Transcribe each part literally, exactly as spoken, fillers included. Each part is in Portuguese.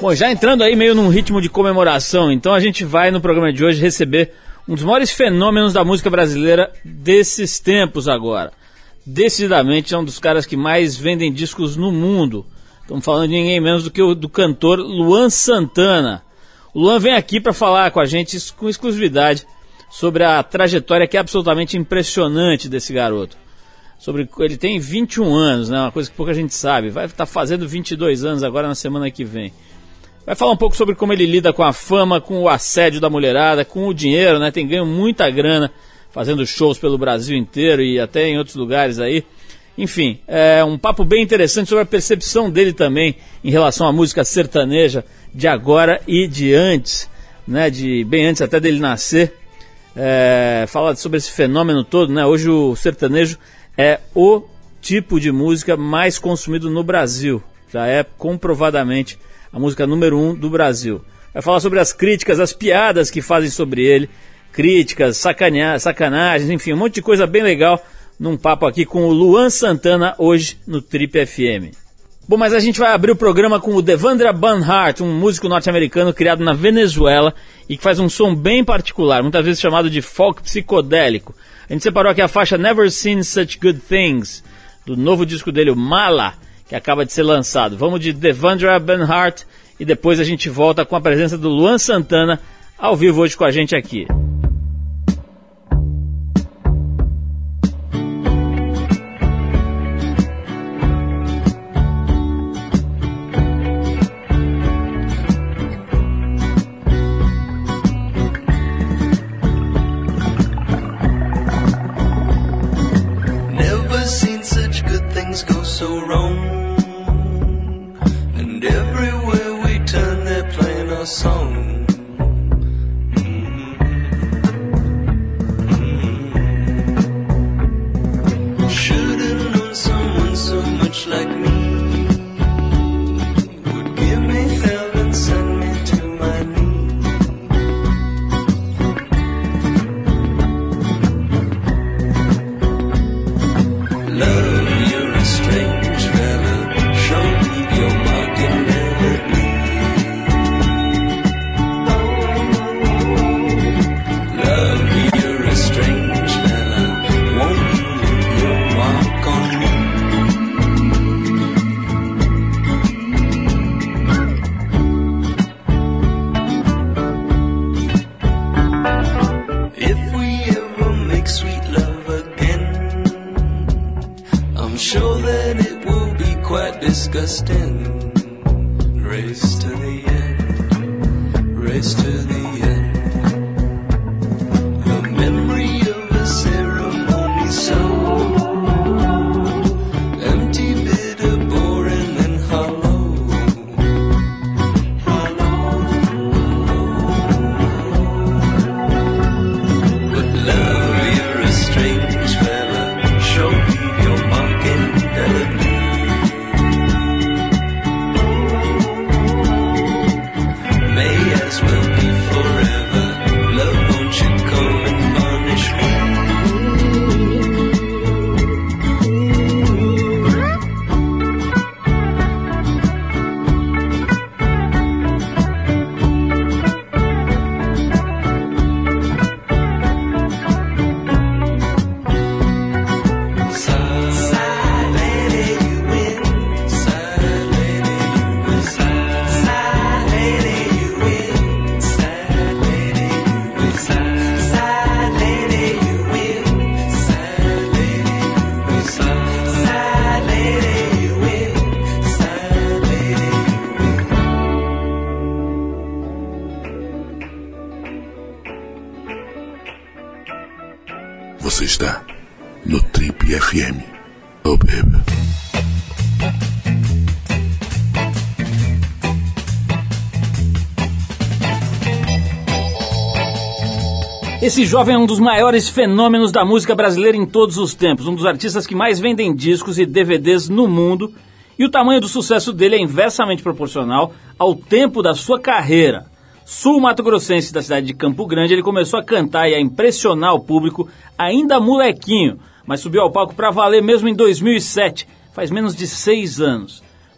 Bom, já entrando aí meio num ritmo de comemoração, então a gente vai no programa de hoje receber um dos maiores fenômenos da música brasileira desses tempos agora. Decididamente é um dos caras que mais vendem discos no mundo. Estamos falando de ninguém menos do que o do cantor Luan Santana. O Luan vem aqui para falar com a gente com exclusividade sobre a trajetória que é absolutamente impressionante desse garoto. Sobre, ele tem vinte e um anos, né? Uma coisa que pouca gente sabe. Vai estar fazendo vinte e dois anos agora na semana que vem. Vai falar um pouco sobre como ele lida com a fama, com o assédio da mulherada, com o dinheiro, né? Tem ganho muita grana fazendo shows pelo Brasil inteiro e até em outros lugares aí. Enfim, é um papo bem interessante sobre a percepção dele também em relação à música sertaneja de agora e de antes, né? De bem antes até dele nascer. É, fala sobre esse fenômeno todo, né? Hoje o sertanejo é o tipo de música mais consumido no Brasil. Já é comprovadamente a música número um do Brasil. Vai falar sobre as críticas, as piadas que fazem sobre ele, críticas, sacanea- sacanagens, enfim, um monte de coisa bem legal num papo aqui com o Luan Santana hoje no Trip F M. Bom, mas a gente vai abrir o programa com o Devendra Banhart, um músico norte-americano criado na Venezuela e que faz um som bem particular, muitas vezes chamado de folk psicodélico. A gente separou aqui a faixa Never Seen Such Good Things, do novo disco dele, o Mala, que acaba de ser lançado. Vamos de Devendra Banhart e depois a gente volta com a presença do Luan Santana ao vivo hoje com a gente aqui. Go so wrong, and everywhere we turn they're playing our song. Mm-hmm. Mm-hmm. Should've known someone so much like me would give me hell and send me to my knees. Love, strange fella, show me your mark and never leave. Love, you're a strange fella, won't you leave your mark on me? If we ever make sweet love again, I'm sure that it will be quite disgusting. Race to the end, race to the end. The memory of a ceremony so empty, bitter, boring and hollow. Hollow. But love, you're a strange fella, show me your mark indelibly. May as well be forever. Love, won't you come and punish me? Você está no Trip F M. Oh, baby. Esse jovem é um dos maiores fenômenos da música brasileira em todos os tempos, um dos artistas que mais vendem discos e D V Ds no mundo, e o tamanho do sucesso dele é inversamente proporcional ao tempo da sua carreira. Sul-mato-grossense da cidade de Campo Grande, ele começou a cantar e a impressionar o público ainda molequinho, mas subiu ao palco para valer mesmo em dois mil e sete, faz menos de seis anos.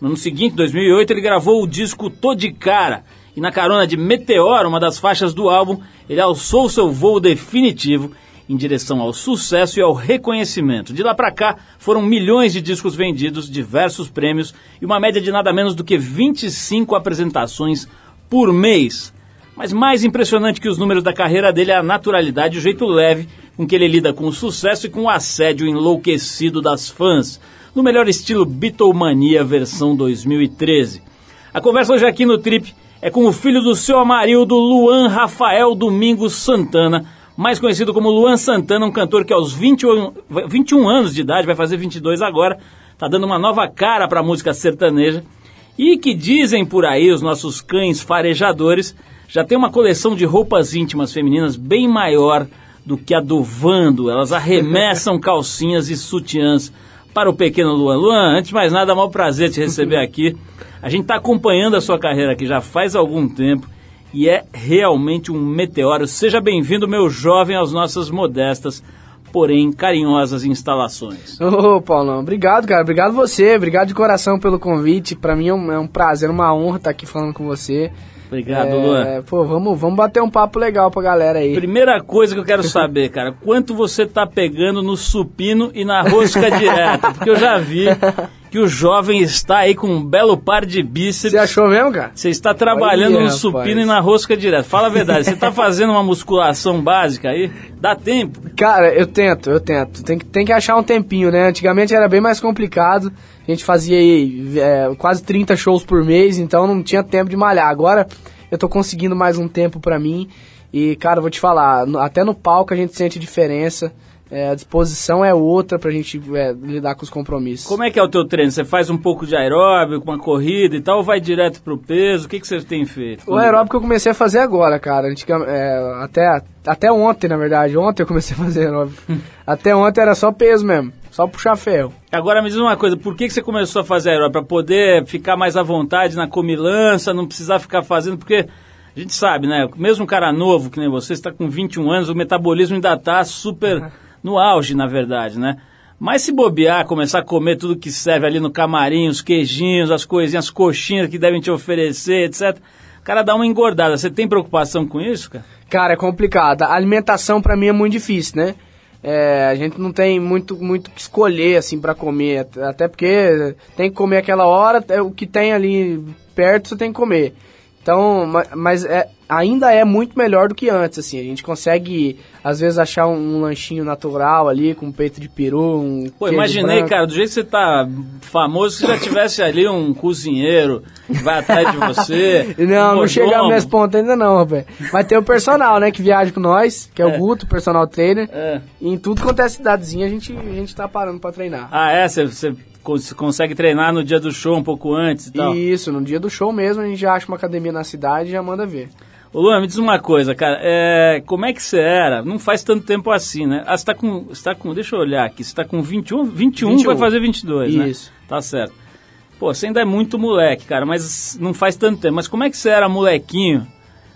No ano seguinte, dois mil e oito, ele gravou o disco Tô de Cara. E na carona de Meteoro, uma das faixas do álbum, ele alçou seu voo definitivo em direção ao sucesso e ao reconhecimento. De lá pra cá, foram milhões de discos vendidos, diversos prêmios e uma média de nada menos do que vinte e cinco apresentações por mês. Mas mais impressionante que os números da carreira dele é a naturalidade e o jeito leve com que ele lida com o sucesso e com o assédio enlouquecido das fãs, no melhor estilo Beatlemania versão dois mil e treze. A conversa hoje aqui no Trip é com o filho do seu Amarildo, Luan Rafael Domingos Santana, mais conhecido como Luan Santana, um cantor que aos vinte e um, vinte e um anos de idade, vai fazer vinte e dois agora, está dando uma nova cara para a música sertaneja, e que dizem por aí os nossos cães farejadores, já tem uma coleção de roupas íntimas femininas bem maior do que a do Vando. Elas arremessam calcinhas e sutiãs para o pequeno Luan. Luan, antes de mais nada, é um maior prazer te receber aqui. A gente está acompanhando a sua carreira aqui já faz algum tempo e é realmente um meteoro. Seja bem-vindo, meu jovem, às nossas modestas, porém carinhosas instalações. Ô, Paulão, obrigado, cara. Obrigado você. Obrigado de coração pelo convite. Para mim é um, é um prazer, uma honra estar aqui falando com você. Obrigado, é, Luan. Pô, vamos, vamos bater um papo legal pra galera aí. Primeira coisa que eu quero saber, cara, quanto você tá pegando no supino e na rosca direta? Porque eu já vi que o jovem está aí com um belo par de bíceps. Você achou mesmo, cara? Você está trabalhando Olha, no supino rapaz. e na rosca direta. Fala a verdade, você tá fazendo uma musculação básica aí? Dá tempo? Cara, eu tento, eu tento. Tem que, tem que achar um tempinho, né? Antigamente era bem mais complicado. A gente fazia aí é, quase trinta shows por mês, então não tinha tempo de malhar. Agora eu tô conseguindo mais um tempo pra mim. E, cara, eu vou te falar, no, até no palco a gente sente diferença. É, a disposição é outra pra gente é, lidar com os compromissos. Como é que é o teu treino? Você faz um pouco de aeróbico, uma corrida e tal, ou vai direto pro peso? O que, que você tem feito? O aeróbico eu comecei a fazer agora, cara. Antiga, é, até, até ontem, na verdade. Ontem eu comecei a fazer aeróbico. Até ontem era só peso mesmo, só puxar ferro. Agora me diz uma coisa, por que, que você começou a fazer aeróbico? Pra poder ficar mais à vontade na comilança, não precisar ficar fazendo, porque a gente sabe, né? Mesmo um cara novo que nem você, está com vinte e um anos, o metabolismo ainda tá super no auge, na verdade, né? Mas se bobear, começar a comer tudo que serve ali no camarim, os queijinhos, as coisinhas, as coxinhas que devem te oferecer, etcétera, o cara dá uma engordada. Você tem preocupação com isso, cara? Cara, é complicado. A alimentação pra mim é muito difícil, né? É, a gente não tem muito muito que escolher, assim, pra comer. Até porque tem que comer aquela hora, o que tem ali perto você tem que comer. Então, mas é, ainda é muito melhor do que antes, assim. A gente consegue, às vezes, achar um, um lanchinho natural ali, com peito de peru, um Pô, queijo imaginei, branco. cara, do jeito que você tá famoso, se já tivesse ali um cozinheiro que vai atrás de você. Não, um não chegamos mordomo. nesse ponto ainda não, rapaz. Vai ter o personal, né, que viaja com nós, que é, É. o Guto, personal trainer. É. E em tudo quanto é cidadezinha, a gente, a gente tá parando pra treinar. Ah, é? Você, você cons- consegue treinar no dia do show um pouco antes e tal? Isso, no dia do show mesmo, a gente já acha uma academia na cidade e já manda ver. Ô Luan, me diz uma coisa, cara, é, como é que você era? Não faz tanto tempo assim, né? Ah, você tá com, você tá com, deixa eu olhar aqui, você tá com vinte e um, vinte e um, vinte e um. vai fazer vinte e dois, né? Isso. Tá certo. Pô, você ainda é muito moleque, cara, mas não faz tanto tempo. Mas como é que você era molequinho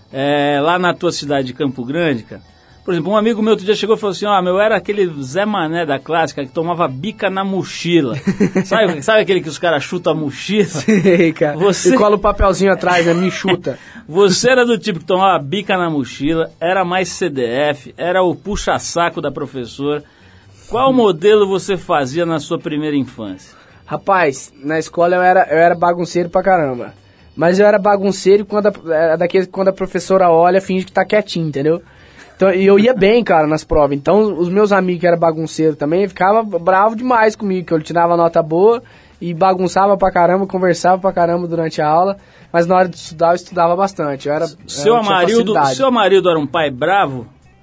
é, lá na tua cidade de Campo Grande, cara? Por exemplo, um amigo meu outro dia chegou e falou assim, ó, meu, era aquele Zé Mané da clássica que tomava bica na mochila. sabe, sabe aquele que os caras chutam a mochila? Sei, cara. Você- E cola o papelzinho atrás, né? Me chuta. Você era do tipo que tomava bica na mochila, era mais C D F, era o puxa-saco da professora. Qual modelo você fazia na sua primeira infância? Rapaz, na escola eu era, eu era bagunceiro pra caramba. Mas eu era bagunceiro quando a, era daquele, quando a professora olha, finge que tá quietinho, entendeu? Então, e eu ia bem, cara, nas provas. Então, os meus amigos que eram bagunceiros também ficavam bravos demais comigo, que eu tirava nota boa e bagunçava pra caramba, conversava pra caramba durante a aula. Mas na hora de estudar, eu estudava bastante. Eu era, Seu eu tinha Amarildo, facilidade. seu Amarildo era um pai bravo?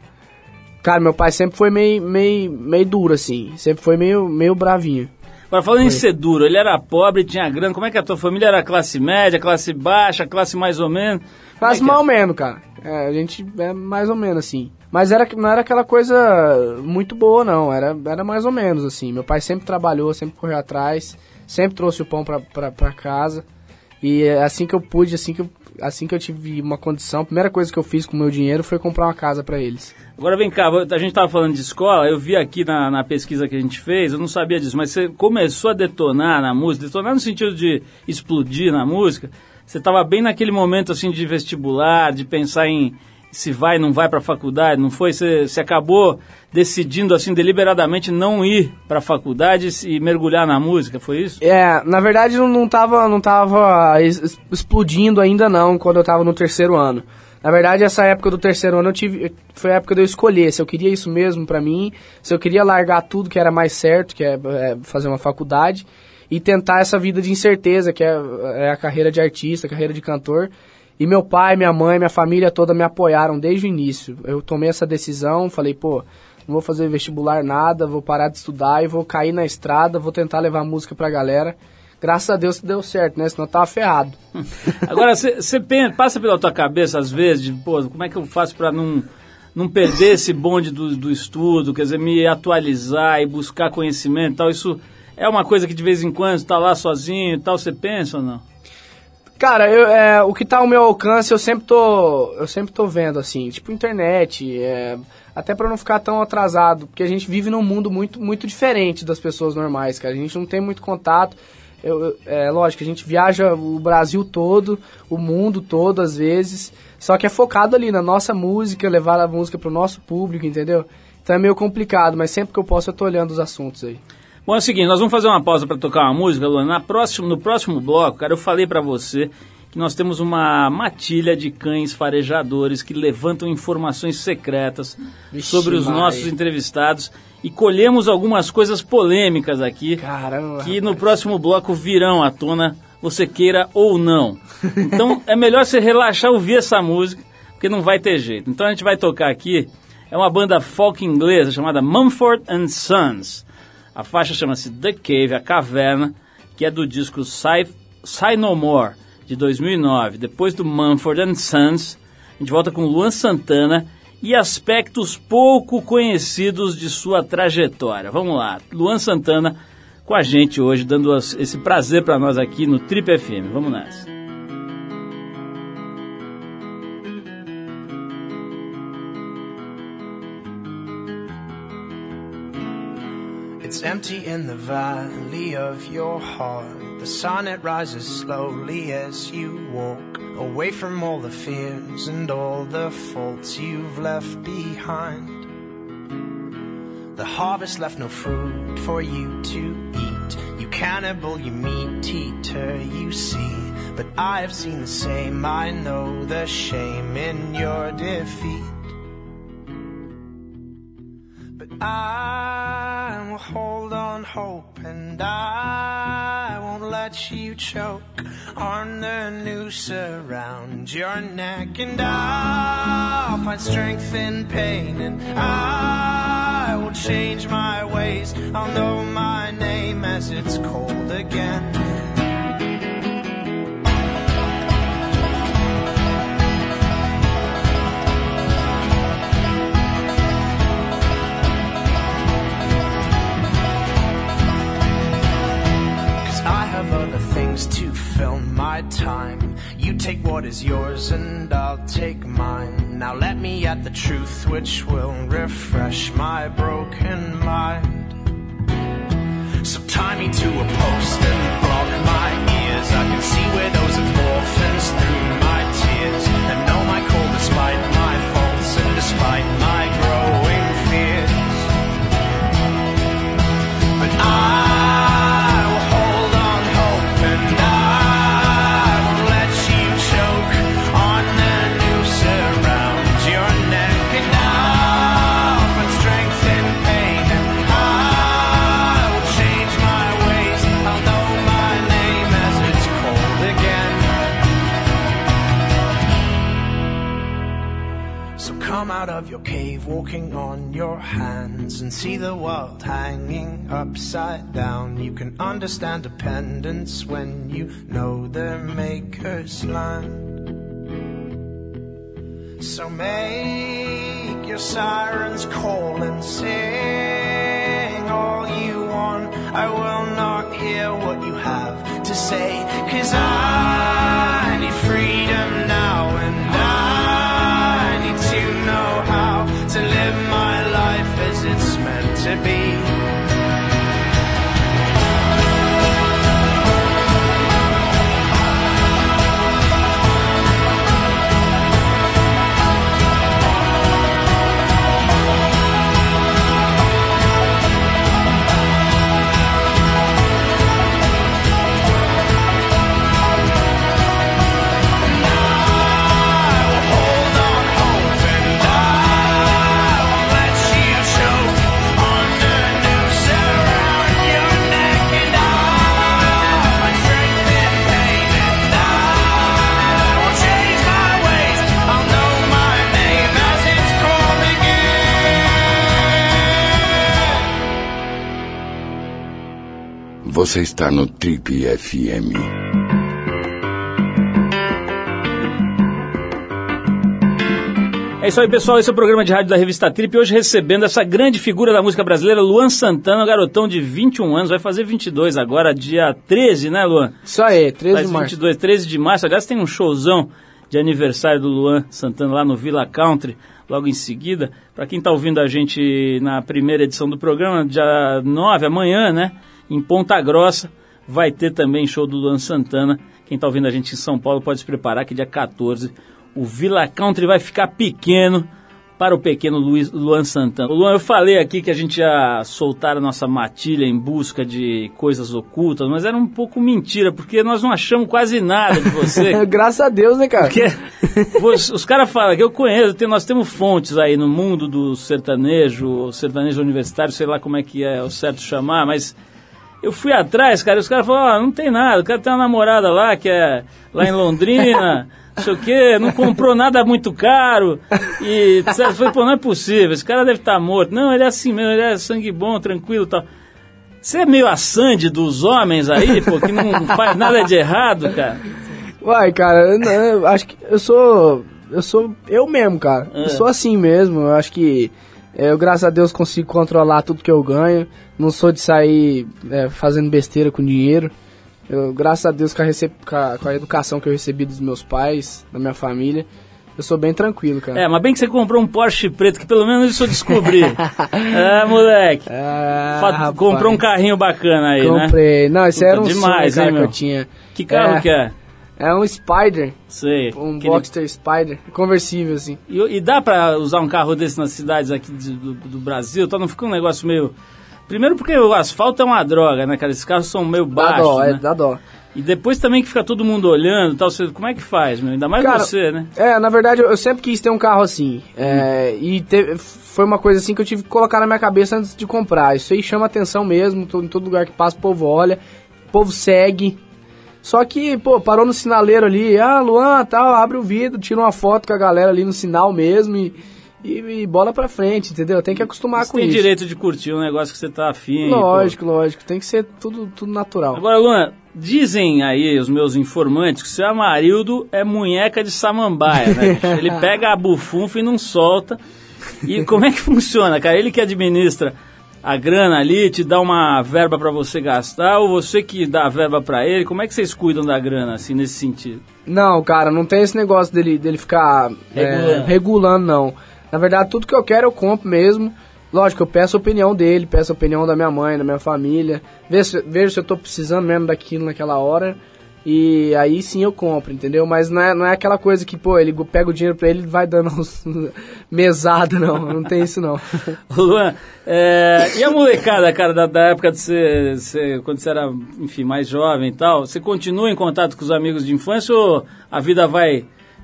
Cara, meu pai sempre foi meio, meio, meio duro, assim. Sempre foi meio, meio bravinho. Agora, falando em ser duro, ele era pobre, tinha grana. Como é que a tua família era classe média, classe baixa, classe mais ou menos? Como Mas é que mal é? menos, cara. É, a gente é mais ou menos assim. Mas era, não era aquela coisa muito boa, não. Era, era mais ou menos assim. Meu pai sempre trabalhou, sempre correu atrás, sempre trouxe o pão pra, pra, pra casa. E é assim que eu pude, assim que eu assim que eu tive uma condição, a primeira coisa que eu fiz com o meu dinheiro foi comprar uma casa pra eles. Agora vem cá, a gente estava falando de escola, eu vi aqui na, na pesquisa que a gente fez, eu não sabia disso, mas você começou a detonar na música, detonar no sentido de explodir na música, você estava bem naquele momento assim de vestibular, de pensar em se vai, não vai para a faculdade, não foi? Você, você acabou decidindo assim deliberadamente não ir para a faculdade e mergulhar na música, foi isso? É, na verdade não, não tava, não tava es- explodindo ainda não, quando eu tava no terceiro ano. Na verdade, essa época do terceiro ano eu tive, foi a época de eu escolher se eu queria isso mesmo pra mim, se eu queria largar tudo que era mais certo, que é, é fazer uma faculdade, e tentar essa vida de incerteza, que é, é a carreira de artista, a carreira de cantor. E meu pai, minha mãe, minha família toda me apoiaram desde o início. Eu tomei essa decisão, falei, pô, não vou fazer vestibular nada, vou parar de estudar e vou cair na estrada, vou tentar levar música pra galera. Graças a Deus deu certo, né? Senão eu tava ferrado. Agora, você passa pela tua cabeça, às vezes, de, pô, como é que eu faço pra não, não perder esse bonde do, do estudo, quer dizer, me atualizar e buscar conhecimento e tal, isso é uma coisa que de vez em quando tá lá sozinho e tal, você pensa ou não? Cara, eu, é, o que tá ao meu alcance eu sempre tô, eu sempre tô vendo, assim, tipo internet, é, até pra não ficar tão atrasado, porque a gente vive num mundo muito, muito diferente das pessoas normais, cara, a gente não tem muito contato. Eu, é lógico, a gente viaja o Brasil todo, o mundo todo às vezes, só que é focado ali na nossa música, levar a música pro nosso público, entendeu? Então é meio complicado, mas sempre que eu posso eu tô olhando os assuntos aí. Bom, é o seguinte, nós vamos fazer uma pausa para tocar uma música, Luan. Na próxima, no próximo bloco, cara, eu falei para você que nós temos uma matilha de cães farejadores que levantam informações secretas Vixe sobre os Maria. nossos entrevistados e colhemos algumas coisas polêmicas aqui. Caramba, que no próximo bloco virão à tona, você queira ou não. Então é melhor você relaxar ouvir essa música, porque não vai ter jeito. Então a gente vai tocar aqui, é uma banda folk inglesa chamada Mumford and Sons. A faixa chama-se The Cave, a Caverna, que é do disco Sigh, Sigh No More, de dois mil e nove. Depois do Mumford and Sons, a gente volta com Luan Santana e aspectos pouco conhecidos de sua trajetória. Vamos lá, Luan Santana com a gente hoje, dando esse prazer para nós aqui no Trip F M. Vamos nessa. It's empty in the valley of your heart. The sun, it rises slowly as you walk away from all the fears and all the faults you've left behind. The harvest left no fruit for you to eat. You cannibal, you meat eater, you see. But I have seen the same, I know the shame in your defeat. But I will hold on hope, and I won't let you choke on the noose around your neck. And I'll find strength in pain, and I will change my ways. I'll know my name as it's cold again. To fill my time, you take what is yours and I'll take mine. Now let me at the truth which will refresh my broken mind. So tie me to a post and block my ears. I can see where those orphans through my tears, and know my call despite my faults and despite my growing fears. But I out of your cave, walking on your hands, and see the world hanging upside down. You can understand dependence when you know the maker's land. So make your sirens call and sing all you want. I will not hear what you have to say, 'cause I need freedom now. Você está no Trip F M. É isso aí, pessoal, esse é o programa de rádio da revista Trip, hoje recebendo essa grande figura da música brasileira, Luan Santana, um garotão de vinte e um anos, vai fazer vinte e dois agora, dia treze, né, Luan? Isso aí, treze de março. vinte e dois, treze de março, aliás, tem um showzão de aniversário do Luan Santana lá no Villa Country, logo em seguida. Para quem está ouvindo a gente na primeira edição do programa, dia nove, amanhã, né, em Ponta Grossa, vai ter também show do Luan Santana. Quem está ouvindo a gente em São Paulo pode se preparar que dia quatorze o Villa Country vai ficar pequeno para o pequeno Luiz, Luan Santana. Luan, eu falei aqui que a gente ia soltar a nossa matilha em busca de coisas ocultas, mas era um pouco mentira, porque nós não achamos quase nada de você. Graças a Deus, né, cara? Porque os, os caras falam que eu conheço, tem, nós temos fontes aí no mundo do sertanejo, sertanejo universitário, sei lá como é que é o certo chamar, mas eu fui atrás, cara, e os caras falaram, ah, não tem nada, o cara tem uma namorada lá, que é lá em Londrina... não sei o que, não comprou nada muito caro, e eu falei, pô, não é possível, esse cara deve estar morto. Não, ele é assim mesmo, ele é sangue bom, tranquilo e tal. Você é meio a Sandy dos homens aí, pô, que não faz nada de errado, cara? Uai, cara, eu, não, eu acho que eu sou, eu sou eu mesmo, cara, é. Eu sou assim mesmo, eu acho que eu, graças a Deus, consigo controlar tudo que eu ganho, não sou de sair é, fazendo besteira com dinheiro. Eu, graças a Deus, com a, recep... com, a, com a educação que eu recebi dos meus pais, da minha família, eu sou bem tranquilo, cara. É, mas bem que você comprou um Porsche preto, que pelo menos isso eu descobri. É, moleque. Ah, Fa- comprou um carrinho bacana aí, Comprei. né? Comprei. Não, esse Puta, era um demais, sonho, cara, hein, que meu? eu tinha. Que carro é, que é? É um Spider. Sei. Um Aquele... Boxster Spider, conversível, assim. E, e dá pra usar um carro desse nas cidades aqui de, do, do Brasil? Então não fica um negócio meio... Primeiro porque o asfalto é uma droga, né, cara? Esses carros são meio baixos, dá dó, né? é, dá dó. E depois também que fica todo mundo olhando e tal, você, como é que faz, meu? Ainda mais cara, você, né? É, na verdade, eu, eu sempre quis ter um carro assim. É, hum. E te, foi uma coisa assim que eu tive que colocar na minha cabeça antes de comprar. Isso aí chama atenção mesmo, todo, em todo lugar que passa o povo olha, o povo segue. Só que, pô, parou no sinaleiro ali, ah, Luan, tal, abre o vidro, tira uma foto com a galera ali no sinal mesmo e... E, e bola pra frente, entendeu? Tem que acostumar você com tem isso. Tem direito de curtir um negócio que você tá afim. Lógico, pô. lógico. Tem que ser tudo, tudo natural. Agora, Luan, dizem aí os meus informantes que o seu Amarildo é munheca de samambaia, né? Ele pega a bufunfa e não solta. E como é que funciona, cara? Ele que administra a grana ali, te dá uma verba pra você gastar, ou você que dá a verba pra ele? Como é que vocês cuidam da grana, assim, nesse sentido? Não, cara, não tem esse negócio dele, dele ficar regulando. É, regulando, não. Na verdade, tudo que eu quero eu compro mesmo. Lógico, eu peço a opinião dele, peço a opinião da minha mãe, da minha família. Vejo, vejo se eu tô precisando mesmo daquilo naquela hora. E aí sim eu compro, entendeu? Mas não é, não é aquela coisa que, pô, ele pega o dinheiro pra ele e vai dando uns mesada, não. Não tem isso, não. Luan, é, e a molecada, cara, da, da época de você, você, quando você era, enfim, mais jovem e tal, você continua em contato com os amigos de infância ou a vida vai,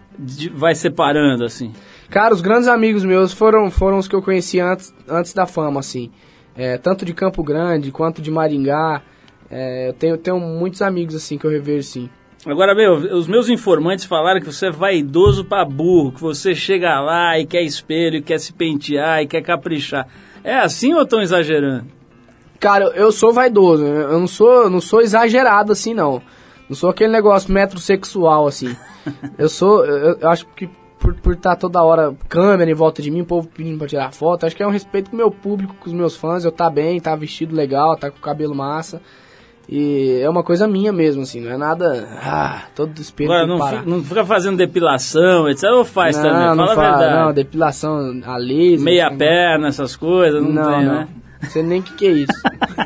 vai separando, assim? Cara, os grandes amigos meus foram, foram os que eu conheci antes, antes da fama, assim. É, tanto de Campo Grande quanto de Maringá. É, eu tenho, tenho muitos amigos, assim, que eu revejo, sim. Agora, meu, os meus informantes falaram que você é vaidoso pra burro, que você chega lá e quer espelho, e quer se pentear e quer caprichar. É assim ou estão exagerando? Cara, eu sou vaidoso. Eu não sou, não sou exagerado, assim, não. Não sou aquele negócio metrosexual, assim. Eu sou... Eu, eu acho que... Por, por estar toda hora câmera em volta de mim, o povo pedindo pra tirar foto, acho que é um respeito com o meu público, com os meus fãs, eu tá bem, tá vestido legal, tá com o cabelo massa, e é uma coisa minha mesmo, assim, não é nada, ah, todo espelho. Agora, não fica, não fica fazendo depilação, etcétera, ou faz não, também, não fala faz, a verdade. Não, depilação a laser. Meia assim, perna, essas coisas, não, não tem, não. né? Não sei nem o que, que é isso.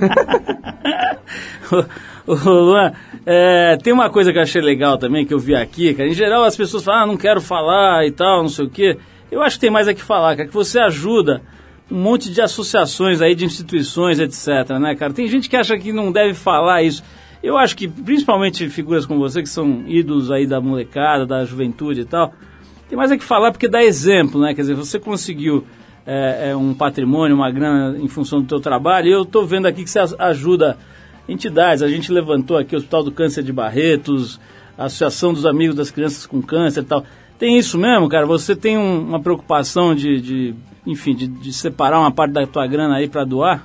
Ô, Luan, é, tem uma coisa que eu achei legal também, que eu vi aqui, cara. Em geral as pessoas falam, ah, não quero falar e tal, não sei o quê. Eu acho que tem mais a que falar, cara, que você ajuda um monte de associações aí, de instituições, etcétera, né, cara? Tem gente que acha que não deve falar isso. Eu acho que, principalmente figuras como você, que são ídolos aí da molecada, da juventude e tal, tem mais a que falar porque dá exemplo, né? Quer dizer, você conseguiu é, é, um patrimônio, uma grana em função do teu trabalho, e eu tô vendo aqui que você ajuda entidades. A gente levantou aqui o Hospital do Câncer de Barretos, a Associação dos Amigos das Crianças com Câncer e tal. Tem isso mesmo, cara? Você tem um, uma preocupação de, de enfim, de, de separar uma parte da tua grana aí para doar?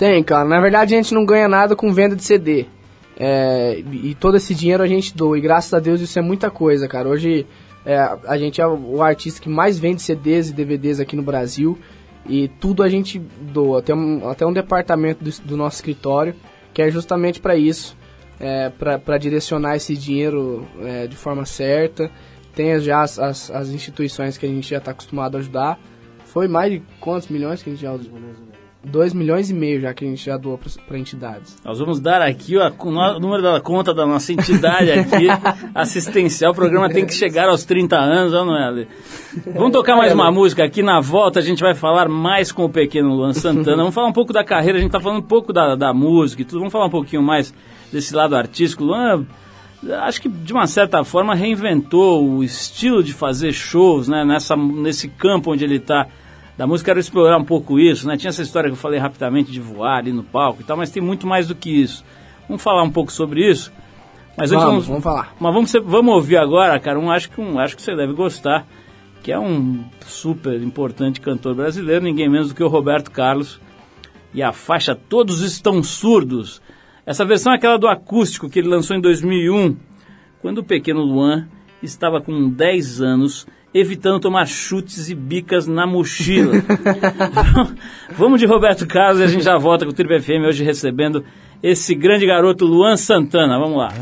Tem, cara. Na verdade, a gente não ganha nada com venda de C D. É, e todo esse dinheiro a gente doa. E graças a Deus isso é muita coisa, cara. Hoje é, a gente é o artista que mais vende C Ds e D V Ds aqui no Brasil. E tudo a gente doa. Tem um, até um departamento do, do nosso escritório que é justamente para isso. É, para direcionar esse dinheiro é, de forma certa. Tem já as, as, as instituições que a gente já está acostumado a ajudar. Foi mais de quantos milhões que a gente já usou? dois milhões e meio já que a gente já doou para entidades. Nós vamos dar aqui ó, o número da conta da nossa entidade aqui, assistencial. O programa tem que chegar aos trinta anos, não é, Ale? Vamos tocar mais uma música aqui. Na volta a gente vai falar mais com o pequeno Luan Santana. Vamos falar um pouco da carreira, a gente está falando um pouco da, da música e tudo. Vamos falar um pouquinho mais desse lado artístico. Luan, acho que de uma certa forma reinventou o estilo de fazer shows, né, nessa, nesse campo onde ele está. Da música, quero explorar um pouco isso, né? Tinha essa história que eu falei rapidamente de voar ali no palco e tal, mas tem muito mais do que isso. Vamos falar um pouco sobre isso? Mas vamos, vamos, vamos falar. Mas vamos, vamos ouvir agora, cara, um, acho, que um, acho que você deve gostar, que é um super importante cantor brasileiro, ninguém menos do que o Roberto Carlos, e a faixa Todos Estão Surdos. Essa versão é aquela do acústico que ele lançou em dois mil e um, quando o pequeno Luan estava com dez anos, evitando tomar chutes e bicas na mochila. Vamos de Roberto Carlos e a gente já volta com o Trip F M hoje recebendo esse grande garoto Luan Santana. Vamos lá.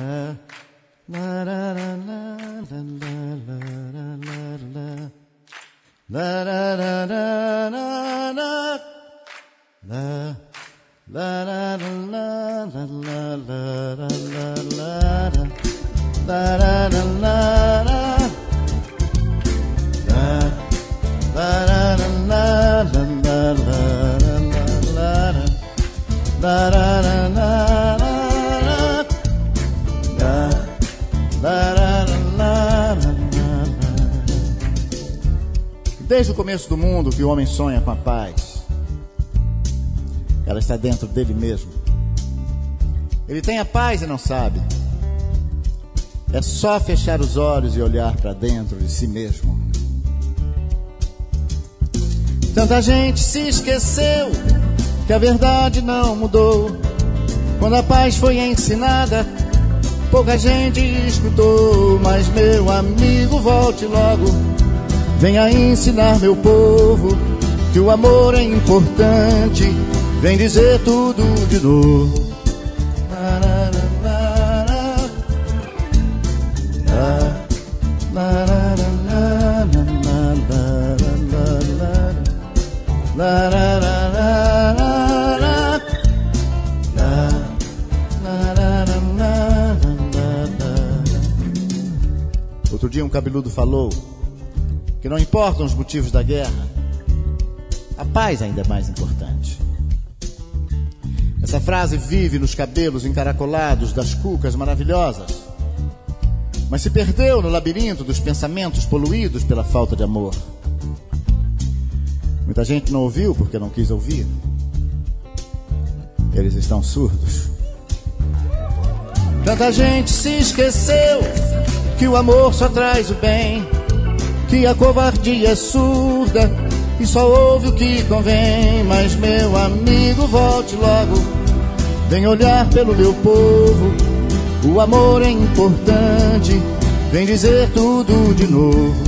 Desde o começo do mundo que o homem sonha com a paz, ela está dentro dele mesmo. Ele tem a paz e não sabe. É só fechar os olhos e olhar para dentro de si mesmo. Tanta gente se esqueceu que a verdade não mudou. Quando a paz foi ensinada, pouca gente escutou. Mas meu amigo, volte logo, venha ensinar meu povo que o amor é importante. Vem dizer tudo de novo. Outro dia um cabeludo falou que não importam os motivos da guerra, a paz ainda é mais importante. Essa frase vive nos cabelos encaracolados das cucas maravilhosas, mas se perdeu no labirinto dos pensamentos poluídos pela falta de amor. Muita gente não ouviu porque não quis ouvir. Eles estão surdos. Tanta gente se esqueceu que o amor só traz o bem, que a covardia é surda e só ouve o que convém. Mas meu amigo, volte logo, vem olhar pelo meu povo. O amor é importante, vem dizer tudo de novo.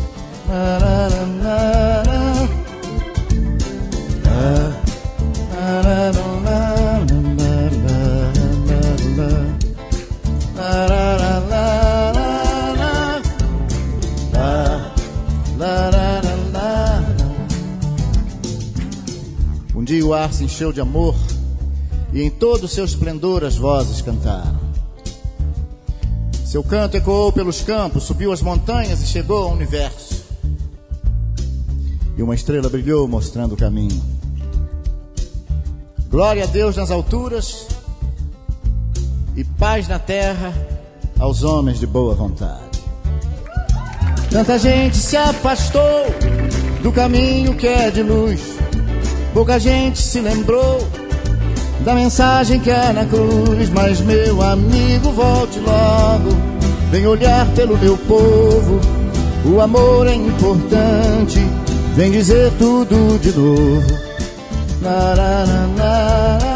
Um dia o ar se encheu de amor e em todo o seu esplendor as vozes cantaram. Seu canto ecoou pelos campos, subiu as montanhas e chegou ao universo. E uma estrela brilhou mostrando o caminho. Glória a Deus nas alturas e paz na terra aos homens de boa vontade. Tanta gente se afastou do caminho que é de luz, pouca gente se lembrou da mensagem que é na cruz. Mas meu amigo, volte logo, vem olhar pelo meu povo. O amor é importante, vem dizer tudo de novo. Na, na, na, na.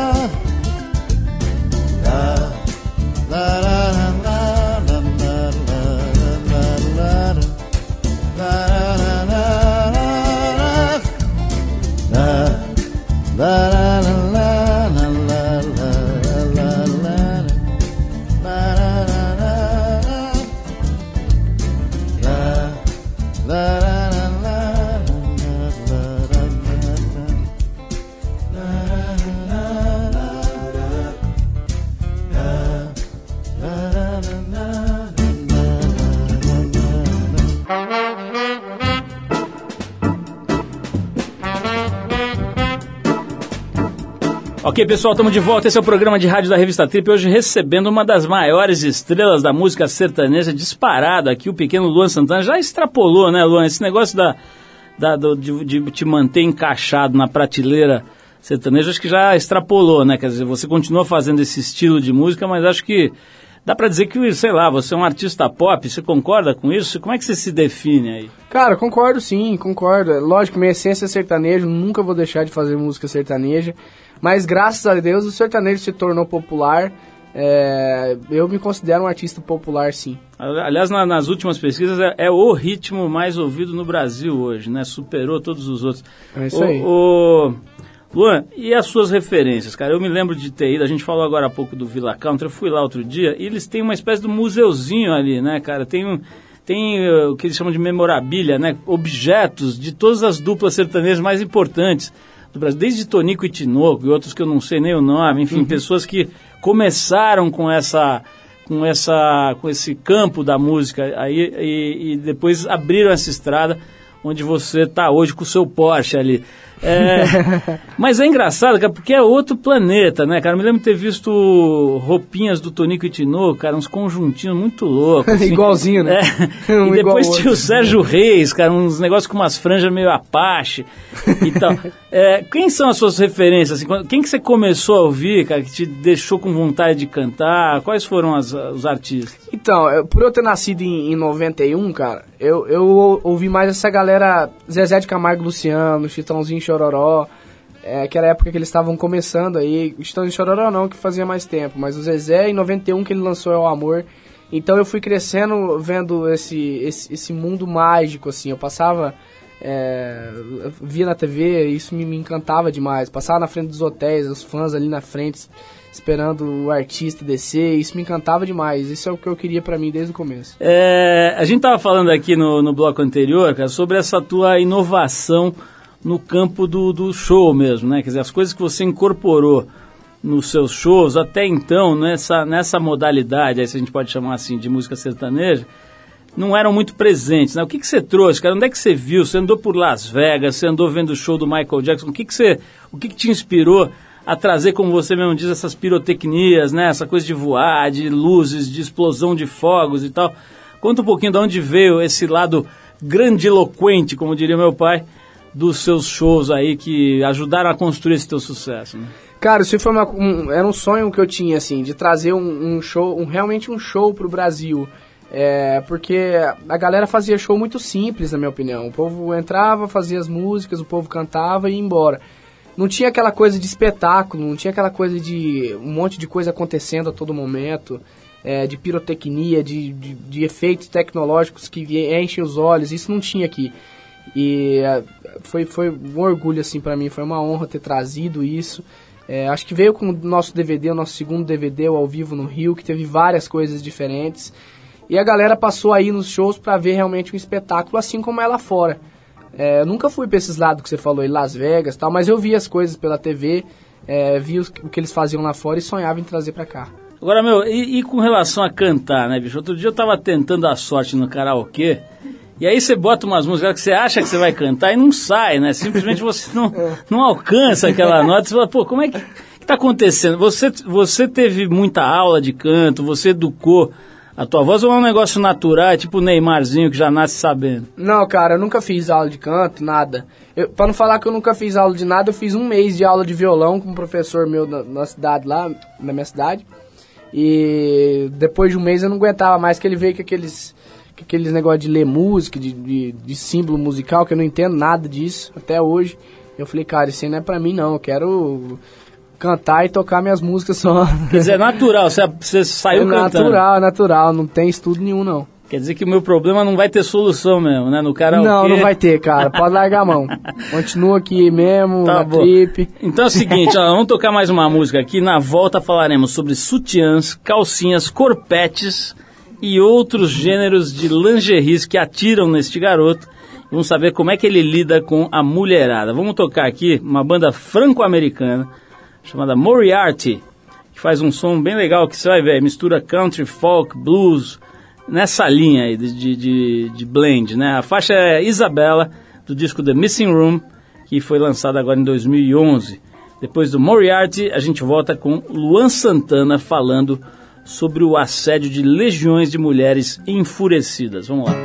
Ok, pessoal, estamos de volta. Esse é o programa de rádio da Revista Trip. Hoje recebendo uma das maiores estrelas da música sertaneja, disparado aqui, o pequeno Luan Santana. Já extrapolou, né, Luan? Esse negócio da, da, do, de, de te manter encaixado na prateleira sertaneja, acho que já extrapolou, né? Quer dizer, você continua fazendo esse estilo de música, mas acho que dá pra dizer que, sei lá, você é um artista pop. Você concorda com isso? Como é que você se define aí? Cara, concordo sim, concordo. Lógico, minha essência é sertanejo, nunca vou deixar de fazer música sertaneja. Mas graças a Deus o sertanejo se tornou popular. É, eu me considero um artista popular, sim. Aliás, na, nas últimas pesquisas é, é o ritmo mais ouvido no Brasil hoje, né? Superou todos os outros. É isso o, aí. O... Luan, e as suas referências, cara? Eu me lembro de ter ido, a gente falou agora há pouco do Villa Country, eu fui lá outro dia, e eles têm uma espécie de museuzinho ali, né, cara? Tem, um, tem uh, o que eles chamam de memorabilia, né? Objetos de todas as duplas sertanejas mais importantes do Brasil, desde Tonico e Tinoco e outros que eu não sei nem o nome, enfim, uhum. Pessoas que começaram com essa, com essa, com esse campo da música aí e, e depois abriram essa estrada onde você está hoje com o seu Porsche ali. É, mas é engraçado, cara, porque é outro planeta, né, cara? Eu me lembro de ter visto roupinhas do Tonico e Tinoco, cara, uns conjuntinhos muito loucos. Assim. Igualzinho, né? É, um e depois tinha o Sérgio Reis, cara, uns negócios com umas franjas meio Apache e tal. É, quem são as suas referências? Assim, quem que você começou a ouvir, cara, que te deixou com vontade de cantar? Quais foram as, os artistas? Então, eu, por eu ter nascido em, em noventa e um, cara, eu, eu ouvi mais essa galera, Zezé de Camargo e Luciano, Chitãozinho e Chororó, é, que era a época que eles estavam começando aí, Chitãozinho e Chororó não, que fazia mais tempo, mas o Zezé em noventa e um que ele lançou É o Amor, então eu fui crescendo vendo esse, esse, esse mundo mágico, assim, eu passava, é, via na T V, isso me, me encantava demais, passava na frente dos hotéis, os fãs ali na frente, esperando o artista descer, isso me encantava demais, isso é o que eu queria pra mim desde o começo. É, a gente tava falando aqui no, no bloco anterior, cara, sobre essa tua inovação no campo do, do show mesmo, né? Quer dizer, as coisas que você incorporou nos seus shows até então, nessa, nessa modalidade, aí se a gente pode chamar assim, de música sertaneja, não eram muito presentes, né? O que que você trouxe, cara? Onde é que você viu? Você andou por Las Vegas, você andou vendo o show do Michael Jackson, o que que você, o que que te inspirou a trazer, como você mesmo diz, essas pirotecnias, né? Essa coisa de voar, de luzes, de explosão de fogos e tal. Conta um pouquinho de onde veio esse lado grandiloquente, como diria meu pai, dos seus shows aí que ajudaram a construir esse teu sucesso, né? Cara, isso foi uma, um, era um sonho que eu tinha, assim, de trazer um, um show, um, realmente um show pro Brasil. É, porque a galera fazia show muito simples, na minha opinião. O povo entrava, fazia as músicas, o povo cantava e ia embora. Não tinha aquela coisa de espetáculo, não tinha aquela coisa de um monte de coisa acontecendo a todo momento, é, de pirotecnia, de, de, de efeitos tecnológicos que enchem os olhos, isso não tinha aqui. E é, foi, foi um orgulho, assim, pra mim, foi uma honra ter trazido isso. É, acho que veio com o nosso D V D, o nosso segundo D V D, o Ao Vivo no Rio, que teve várias coisas diferentes. E a galera passou aí nos shows pra ver realmente um espetáculo, assim como é lá fora. É, eu nunca fui pra esses lados que você falou, em Las Vegas e tal, mas eu vi as coisas pela T V, é, vi os, o que eles faziam lá fora e sonhava em trazer pra cá. Agora, meu, e, e com relação a cantar, né, bicho? Outro dia eu tava tentando a sorte no karaokê, e aí você bota umas músicas que você acha que você vai cantar e não sai, né? Simplesmente você não, não alcança aquela nota. Você fala, pô, como é que, que tá acontecendo? Você, você teve muita aula de canto, você educou a tua voz ou é um negócio natural, tipo o Neymarzinho que já nasce sabendo? Não, cara, eu nunca fiz aula de canto, nada. Eu, pra não falar que eu nunca fiz aula de nada, eu fiz um mês de aula de violão com um professor meu na, na cidade lá, na minha cidade. E depois de um mês eu não aguentava mais, que ele veio com aqueles... aqueles negócios de ler música, de, de, de símbolo musical, que eu não entendo nada disso, até hoje. Eu falei, cara, isso aí não é pra mim não, eu quero cantar e tocar minhas músicas só. Quer dizer, é natural, você, você saiu é cantando. Natural, é natural, não tem estudo nenhum não. Quer dizer que o meu problema não vai ter solução mesmo, né? No karaokê... Não, não vai ter, cara, pode largar a mão. Continua aqui mesmo, tá na bom. Trip. Então é o seguinte, ó, vamos tocar mais uma música aqui, na volta falaremos sobre sutiãs, calcinhas, corpetes e outros gêneros de lingeries que atiram neste garoto. Vamos saber como é que ele lida com a mulherada. Vamos tocar aqui uma banda franco-americana chamada Moriarty, que faz um som bem legal, que você vai ver, mistura country, folk, blues, nessa linha aí de, de, de blend, né? A faixa é Isabella, do disco The Missing Room, que foi lançado agora em dois mil e onze. Depois do Moriarty, a gente volta com Luan Santana falando sobre o assédio de legiões de mulheres enfurecidas. Vamos lá.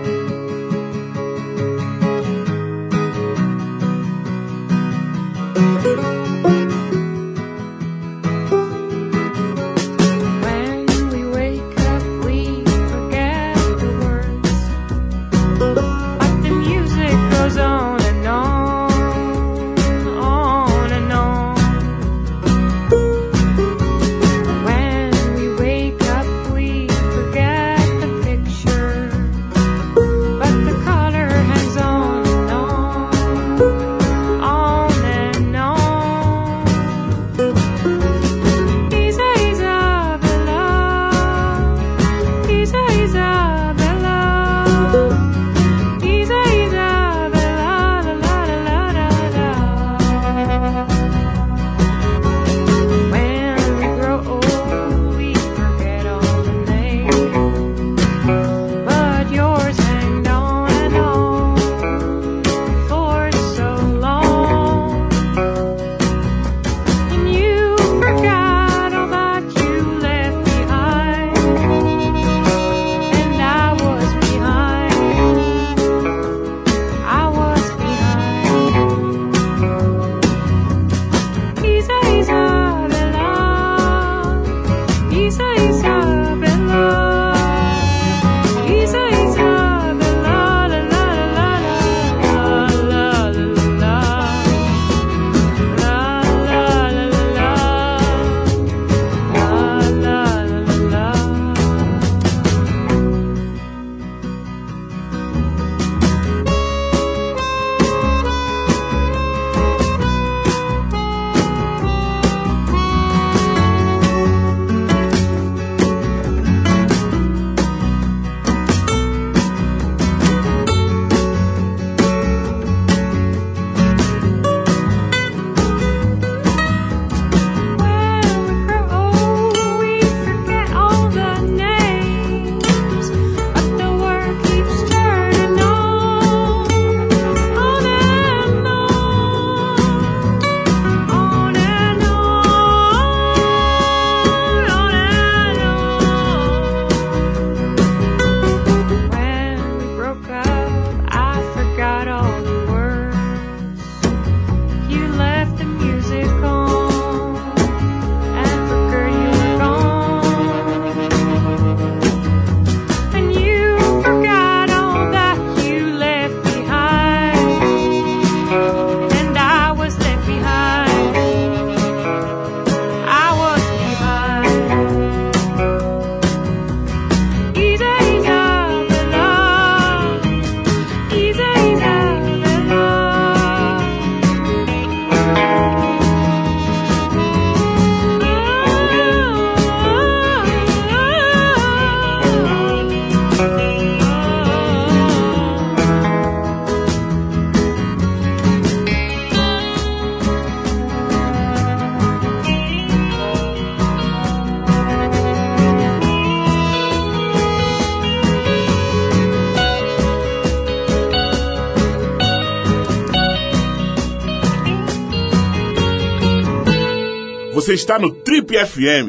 Você está no Trip F M.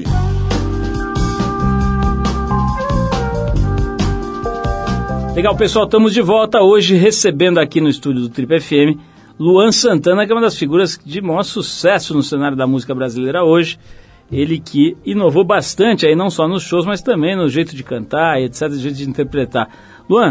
Legal, pessoal, estamos de volta hoje recebendo aqui no estúdio do Trip F M Luan Santana, que é uma das figuras de maior sucesso no cenário da música brasileira hoje. Ele que inovou bastante, aí não só nos shows, mas também no jeito de cantar, etcétera, no jeito de interpretar. Luan,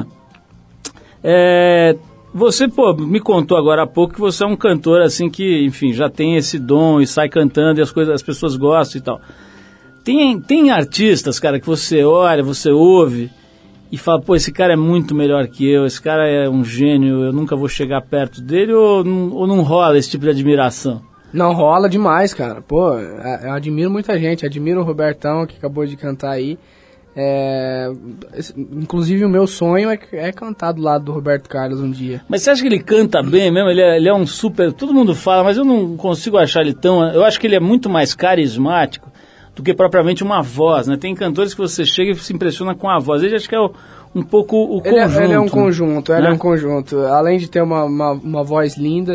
é, você pô, me contou agora há pouco que você é um cantor assim que, enfim, já tem esse dom e sai cantando e as, coisas, as pessoas gostam e tal. Tem, tem artistas, cara, que você olha, você ouve e fala, pô, esse cara é muito melhor que eu, esse cara é um gênio, eu nunca vou chegar perto dele, ou, ou não rola esse tipo de admiração? Não, rola demais, cara. Pô, eu admiro muita gente, admiro o Robertão, que acabou de cantar aí. É, inclusive o meu sonho é, é cantar do lado do Roberto Carlos um dia. Mas você acha que ele canta bem mesmo? Ele é, ele é um super... Todo mundo fala, mas eu não consigo achar ele tão... Eu acho que ele é muito mais carismático do que propriamente uma voz, né? Tem cantores que você chega e se impressiona com a voz. Ele acho que é o, um pouco o ele conjunto. É, ele é um conjunto, ele né? é um conjunto. Além de ter uma, uma, uma voz linda,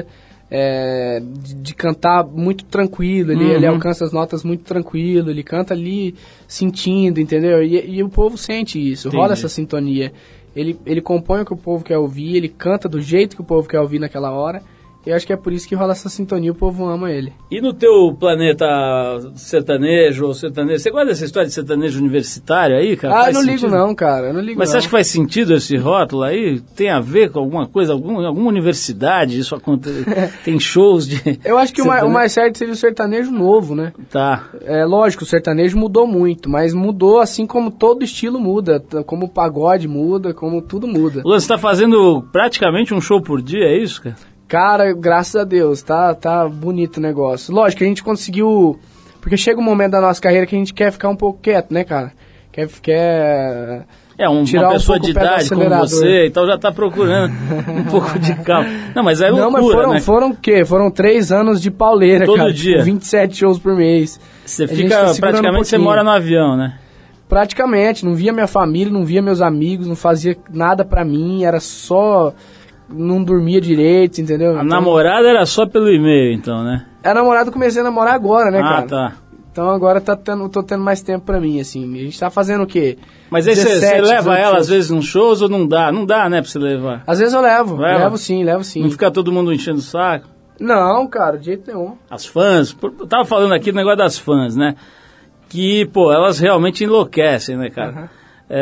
é, de, de cantar muito tranquilo, ele, Uhum. ele alcança as notas muito tranquilo, ele canta ali sentindo, entendeu? E, e o povo sente isso, Entendi. rola essa sintonia. Ele, ele compõe o que o povo quer ouvir, ele canta do jeito que o povo quer ouvir naquela hora. E eu acho que é por isso que rola essa sintonia, o povo ama ele. E no teu planeta sertanejo ou sertanejo, você gosta dessa história de sertanejo universitário aí, cara? Ah, eu Faz não ligo sentido? não, cara, eu não ligo Mas não. você acha que faz sentido esse rótulo aí? Tem a ver com alguma coisa, algum, alguma universidade? Isso acontece? Tem shows de... Eu acho que o mais, o sertanejo? mais certo seria o sertanejo novo, né? Tá. É lógico, o sertanejo mudou muito, mas mudou assim como todo estilo muda, t- como o pagode muda, como tudo muda. Luan, você tá fazendo praticamente um show por dia, é isso, cara? Cara, graças a Deus, tá, tá bonito o negócio. Lógico que a gente conseguiu, porque chega um momento da nossa carreira que a gente quer ficar um pouco quieto, né, cara? Quer, quer É, um, tirar uma um pessoa pouco de o pé do idade como acelerador. você, então já tá procurando um pouco de calma. Não, mas é loucura, Não, mas foram, né? foram o quê? Foram três anos de pauleira, Todo cara. dia. Tipo, vinte e sete shows por mês. Você A gente fica, tá segurando um praticamente, você pouquinho. mora no avião, né? Praticamente, não via minha família, não via meus amigos, não fazia nada pra mim, era só... Não dormia direito, entendeu? A namorada era só pelo e-mail, então, né? A namorada eu comecei a namorar agora, né, ah, cara? tá. Então agora tá tendo, tô tendo mais tempo pra mim, assim. A gente tá fazendo o quê? Mas aí você dezessete, leva dezoito ela, às shows. vezes, nos shows ou não dá? Não dá, né, pra você levar? Às vezes eu levo, Leva? levo sim, levo sim. Não fica todo mundo enchendo o saco? Não, cara, de jeito nenhum. As fãs, por- eu tava falando aqui do negócio das fãs, né? Que, pô, elas realmente enlouquecem, né, cara? Uhum.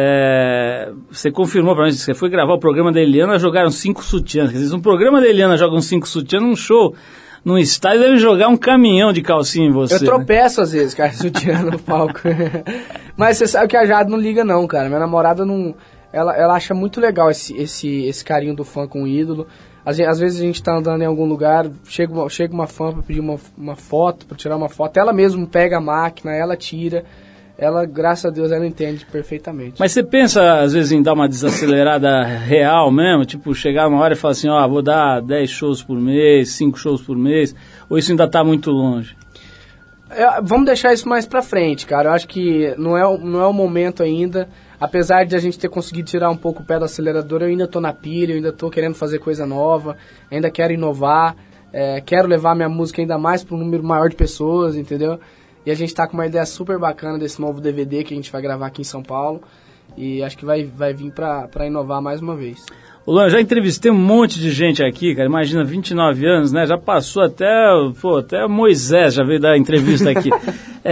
É, você confirmou pra mim, você foi gravar o programa da Eliana, jogaram cinco sutiãs. Quer dizer, um programa da Eliana jogam cinco sutiãs num show, num estádio, deve jogar um caminhão de calcinha em você. Eu né? tropeço às vezes, cara, sutiã no palco. Mas você sabe que a Jade não liga não, cara. Minha namorada não... Ela, ela acha muito legal esse, esse, esse carinho do fã com o ídolo. Às, ve- às vezes a gente tá andando em algum lugar, chega uma, chega uma fã pra pedir uma, uma foto, pra tirar uma foto. Ela mesma pega a máquina, ela tira. Ela, graças a Deus, ela entende perfeitamente. Mas você pensa, às vezes, em dar uma desacelerada real mesmo? Tipo, chegar uma hora e falar assim, ó, vou dar dez shows por mês, cinco shows por mês, ou isso ainda tá muito longe? É, vamos deixar isso mais pra frente, cara. Eu acho que não é, o- não é o momento ainda. Apesar de a gente ter conseguido tirar um pouco o pé do acelerador, eu ainda tô na pilha, eu ainda tô querendo fazer coisa nova, ainda quero inovar, é, quero levar minha música ainda mais para um número maior de pessoas, entendeu? E a gente tá com uma ideia super bacana desse novo D V D que a gente vai gravar aqui em São Paulo. E acho que vai, vai vir pra, pra inovar mais uma vez. Ô, Luan, já entrevistei um monte de gente aqui, cara, imagina, vinte e nove anos, né, já passou até, pô, até Moisés já veio dar entrevista aqui. é,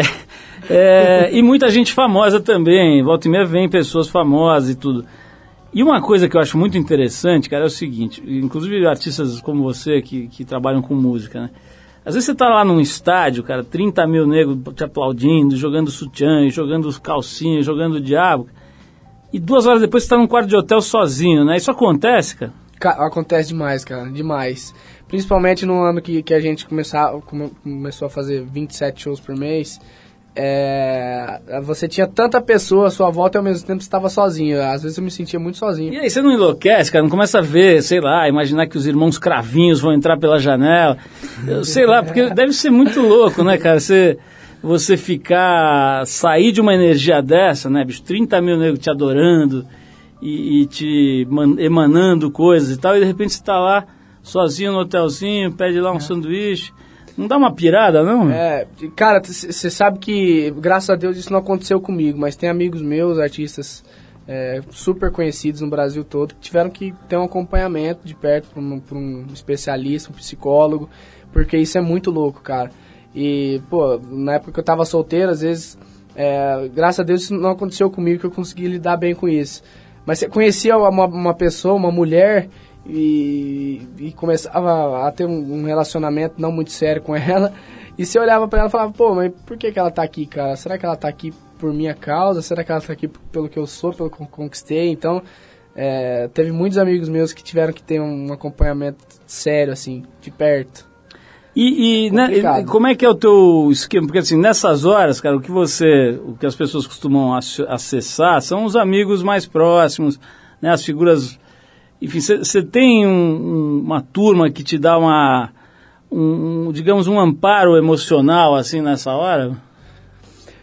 é, e muita gente famosa também, volta e meia vem pessoas famosas e tudo. E uma coisa que eu acho muito interessante, cara, é o seguinte, inclusive artistas como você que, que trabalham com música, né, às vezes você tá lá num estádio, cara, trinta mil negros te aplaudindo, jogando sutiã, jogando calcinha, jogando o diabo, e duas horas depois você tá num quarto de hotel sozinho, né? Isso acontece, cara? Ca- Acontece demais, cara, demais. Principalmente no ano que, que a gente começar, come- começou a fazer vinte e sete shows por mês. É, você tinha tanta pessoa à sua volta e ao mesmo tempo você estava sozinho. Às vezes eu me sentia muito sozinho. E aí você não enlouquece, cara? Não começa a ver, sei lá, imaginar que os irmãos cravinhos vão entrar pela janela. Eu sei lá, porque deve ser muito louco, né, cara? Você, você ficar, sair de uma energia dessa, né, bicho? trinta mil negros te adorando e, e te man- emanando coisas e tal, e de repente você tá lá, sozinho no hotelzinho, pede lá um sanduíche. Não dá uma pirada, não? É, cara, você sabe que, graças a Deus, isso não aconteceu comigo, mas tem amigos meus, artistas é, super conhecidos no Brasil todo, que tiveram que ter um acompanhamento de perto por um, por um especialista, um psicólogo, porque isso é muito louco, cara. E, pô, na época que eu tava solteiro, às vezes, é, graças a Deus, isso não aconteceu comigo, que eu consegui lidar bem com isso. Mas você conhecia uma, uma pessoa, uma mulher... E, e começava a ter um, um relacionamento não muito sério com ela. E você olhava pra ela e falava, pô, mas por que, que ela tá aqui, cara? Será que ela tá aqui por minha causa? Será que ela tá aqui pelo que eu sou, pelo que eu conquistei? Então, é, teve muitos amigos meus que tiveram que ter um acompanhamento sério, assim, de perto. E, e, né, Complicado. e como é que é o teu esquema? Porque assim, nessas horas, cara, o que você, o que as pessoas costumam ac- acessar são os amigos mais próximos, né, as figuras... Enfim, você tem um, um, uma turma que te dá uma, um, um, digamos, um amparo emocional, assim, nessa hora?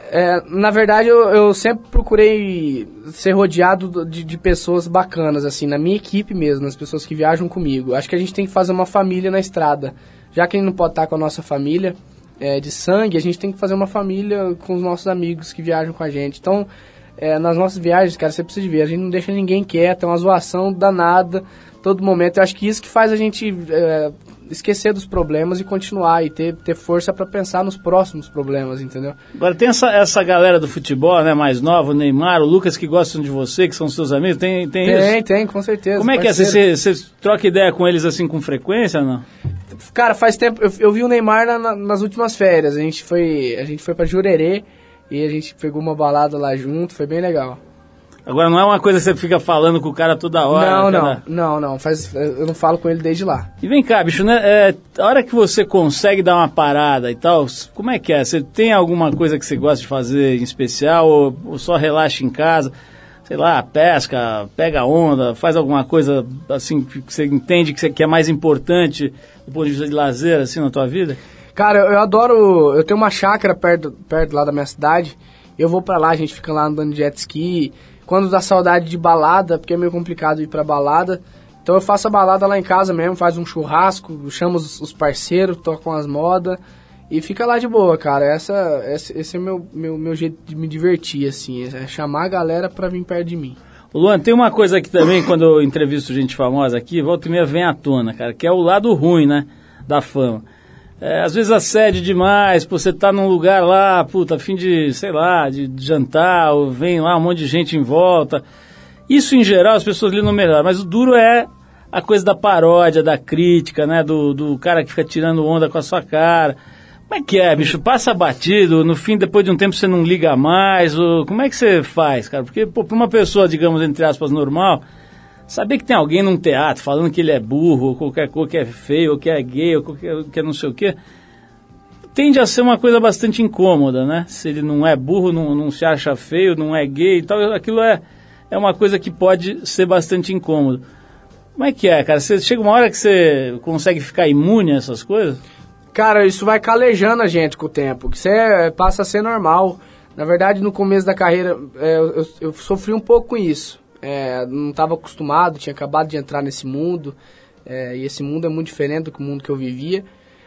É, na verdade, eu, eu sempre procurei ser rodeado de, de pessoas bacanas, assim, na minha equipe mesmo, nas pessoas que viajam comigo. Acho que a gente tem que fazer uma família na estrada. Já que a gente não pode estar com a nossa família é, de sangue, a gente tem que fazer uma família com os nossos amigos que viajam com a gente. Então, é, nas nossas viagens, cara, você precisa ver, a gente não deixa ninguém quieto, é uma zoação danada, todo momento. Eu acho que isso que faz a gente é, esquecer dos problemas e continuar e ter, ter força para pensar nos próximos problemas, entendeu? Agora tem essa, essa galera do futebol, né, mais nova, o Neymar, o Lucas, que gostam de você, que são seus amigos, tem, tem, tem isso? Tem, tem, com certeza. Como é que parceiro. é? Você, você troca ideia com eles assim com frequência ou não? Cara, faz tempo, eu, eu vi o Neymar na, na, nas últimas férias, a gente foi, a gente foi pra Jurerê e a gente pegou uma balada lá junto, foi bem legal. Agora não é uma coisa que você fica falando com o cara toda hora. Não, cada... não, não, não, faz, eu não falo com ele desde lá. E vem cá, bicho, né, é, a hora que você consegue dar uma parada e tal, como é que é? Você tem alguma coisa que você gosta de fazer em especial ou, ou só relaxa em casa? Sei lá, pesca, pega onda, faz alguma coisa assim que você entende que, você, que é mais importante do ponto de vista de lazer, assim, na tua vida? Cara, eu, eu adoro, eu tenho uma chácara perto, perto lá da minha cidade, eu vou pra lá, a gente fica lá andando de jet ski. Quando dá saudade de balada, porque é meio complicado ir pra balada, então eu faço a balada lá em casa mesmo, faz um churrasco, chamo os, os parceiros, tocam as modas e fica lá de boa, cara. Essa, esse, esse é o meu, meu, meu jeito de me divertir, assim, é chamar a galera pra vir perto de mim. Luan, tem uma coisa aqui também, quando eu entrevisto gente famosa aqui, volta e meia vem à tona, cara, que é o lado ruim, né, da fama. É, às vezes assédio demais, pô, você tá num lugar lá, puta, a fim de, sei lá, de, de jantar, ou vem lá um monte de gente em volta. Isso, em geral, as pessoas lidam melhor, mas o duro é a coisa da paródia, da crítica, né, do, do cara que fica tirando onda com a sua cara. Como é que é, bicho? Passa batido, no fim, depois de um tempo, você não liga mais, ou como é que você faz, cara? Porque, pô, pra uma pessoa, digamos, entre aspas, normal, saber que tem alguém num teatro falando que ele é burro, ou qualquer coisa, que é feio, ou que é gay, ou qualquer, que é não sei o quê, tende a ser uma coisa bastante incômoda, né? Se ele não é burro, não, não se acha feio, não é gay e tal, aquilo é, é uma coisa que pode ser bastante incômodo. Como é que é, cara? Você, chega uma hora que você consegue ficar imune a essas coisas? Cara, isso vai calejando a gente com o tempo, que você é, passa a ser normal. Na verdade, no começo da carreira, é, eu, eu sofri um pouco com isso. É, não estava acostumado, tinha acabado de entrar nesse mundo, é, e esse mundo é muito diferente do que o mundo que eu vivia,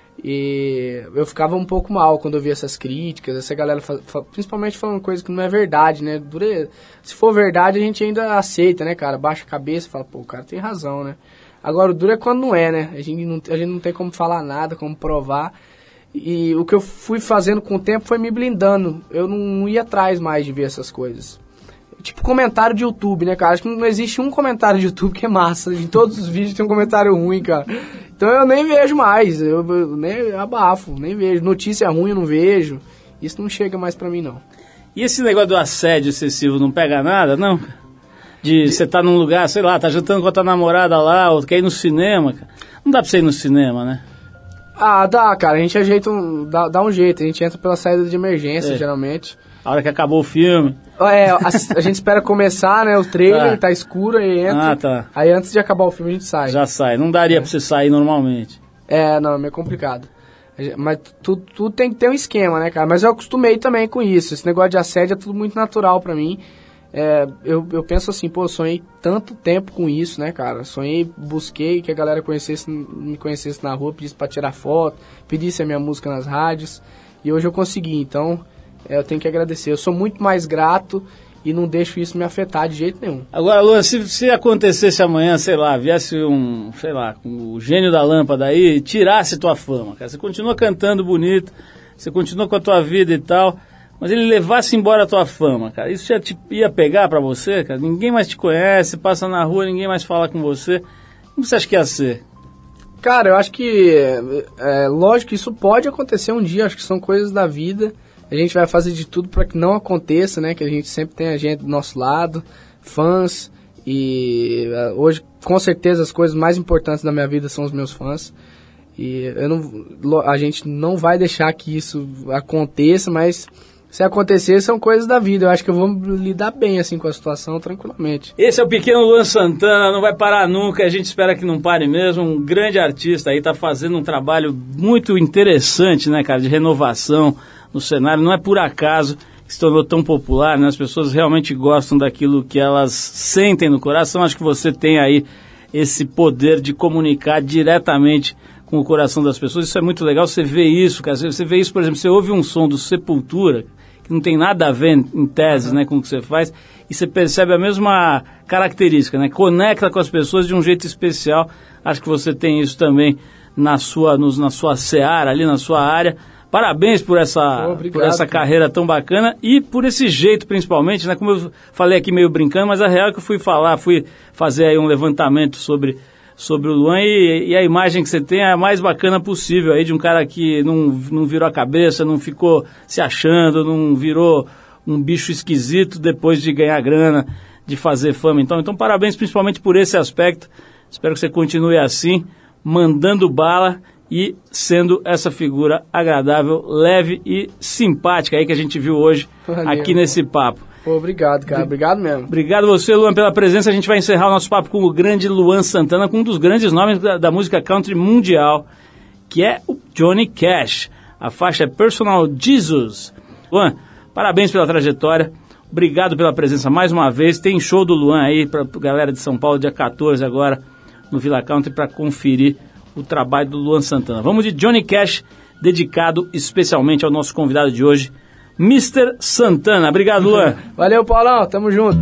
e eu ficava um pouco mal quando eu via essas críticas, essa galera, fa- fa- principalmente falando coisa que não é verdade, né, Dure... se for verdade a gente ainda aceita, né, cara, baixa a cabeça e fala, pô, o cara tem razão, né, agora o duro é quando não é, né, a gente não, a gente não tem como falar nada, como provar, e o que eu fui fazendo com o tempo foi me blindando, eu não, não ia atrás mais de ver essas coisas. Tipo comentário de YouTube, né, cara? Acho que não existe um comentário de YouTube que é massa. Em todos os vídeos tem um comentário ruim, cara. Então eu nem vejo mais. Eu, eu nem abafo, nem vejo. Notícia ruim eu não vejo. Isso não chega mais pra mim, não. E esse negócio do assédio excessivo não pega nada, não? De você tá num lugar, sei lá, tá jantando com a tua namorada lá, ou quer ir no cinema, cara. Não dá pra você ir no cinema, né? Ah, dá, cara. A gente ajeita um... Dá, dá um jeito. A gente entra pela saída de emergência, É. geralmente. A hora que acabou o filme. É, a, a gente espera começar, né, o trailer, Tá. tá escuro, aí entra. Ah, tá. Aí antes de acabar o filme a gente sai. Já sai. Não daria É. pra você sair normalmente. É, não, é meio complicado. Mas tudo, tudo tem que ter um esquema, né, cara? Mas eu acostumei também com isso. Esse negócio de assédio é tudo muito natural pra mim. É, eu, eu penso assim, pô, eu sonhei tanto tempo com isso, né, cara? Sonhei, busquei que a galera conhecesse, me conhecesse na rua, pedisse pra tirar foto, pedisse a minha música nas rádios. E hoje eu consegui, então é, eu tenho que agradecer. Eu sou muito mais grato e não deixo isso me afetar de jeito nenhum. Agora, Luan, se, se acontecesse amanhã, sei lá, viesse um, sei lá, o gênio da lâmpada aí e tirasse tua fama, cara. Você continua cantando bonito, você continua com a tua vida e tal, mas ele levasse embora a tua fama, cara. Isso já te, ia pegar pra você, cara? Ninguém mais te conhece, passa na rua, ninguém mais fala com você. Como você acha que ia ser? Cara, eu acho que, é, lógico que isso pode acontecer um dia, acho que são coisas da vida. A gente vai fazer de tudo para que não aconteça, né? Que a gente sempre tem a gente do nosso lado, fãs, e uh, hoje, com certeza, as coisas mais importantes da minha vida são os meus fãs. E eu não, a gente não vai deixar que isso aconteça, mas se acontecer, são coisas da vida. Eu acho que eu vou lidar bem, assim, com a situação, tranquilamente. Esse é o pequeno Luan Santana, não vai parar nunca, a gente espera que não pare mesmo. Um grande artista aí, tá fazendo um trabalho muito interessante, né, cara, de renovação no cenário. Não é por acaso que se tornou tão popular, né? As pessoas realmente gostam daquilo que elas sentem no coração. Acho que você tem aí esse poder de comunicar diretamente com o coração das pessoas. Isso é muito legal, você vê isso, cara. Você vê isso, por exemplo, você ouve um som do Sepultura, que não tem nada a ver em tese, né, com o que você faz, e você percebe a mesma característica, né? Conecta com as pessoas de um jeito especial. Acho que você tem isso também na sua, nos, na sua seara, ali na sua área. Parabéns por essa, Obrigado, por essa carreira tão bacana e por esse jeito, principalmente, né? Como eu falei aqui meio brincando, mas a real é que eu fui falar, fui fazer aí um levantamento sobre, sobre o Luan e, e a imagem que você tem é a mais bacana possível aí de um cara que não, não virou a cabeça, não ficou se achando, não virou um bicho esquisito depois de ganhar grana, de fazer fama. Então, então parabéns principalmente por esse aspecto. Espero que você continue assim, mandando bala e sendo essa figura agradável, leve e simpática aí que a gente viu hoje. Valeu, aqui nesse papo. Pô, obrigado, cara. Obrigado mesmo. Obrigado você, Luan, pela presença. A gente vai encerrar o nosso papo com o grande Luan Santana, com um dos grandes nomes da, da música country mundial, que é o Johnny Cash. A faixa é Personal Jesus. Luan, parabéns pela trajetória. Obrigado pela presença mais uma vez. Tem show do Luan aí pra galera de São Paulo, dia quatorze agora, no Villa Country, para conferir o trabalho do Luan Santana. Vamos de Johnny Cash, dedicado especialmente ao nosso convidado de hoje, mister Santana. Obrigado, Luan. Valeu, Paulão. Tamo junto.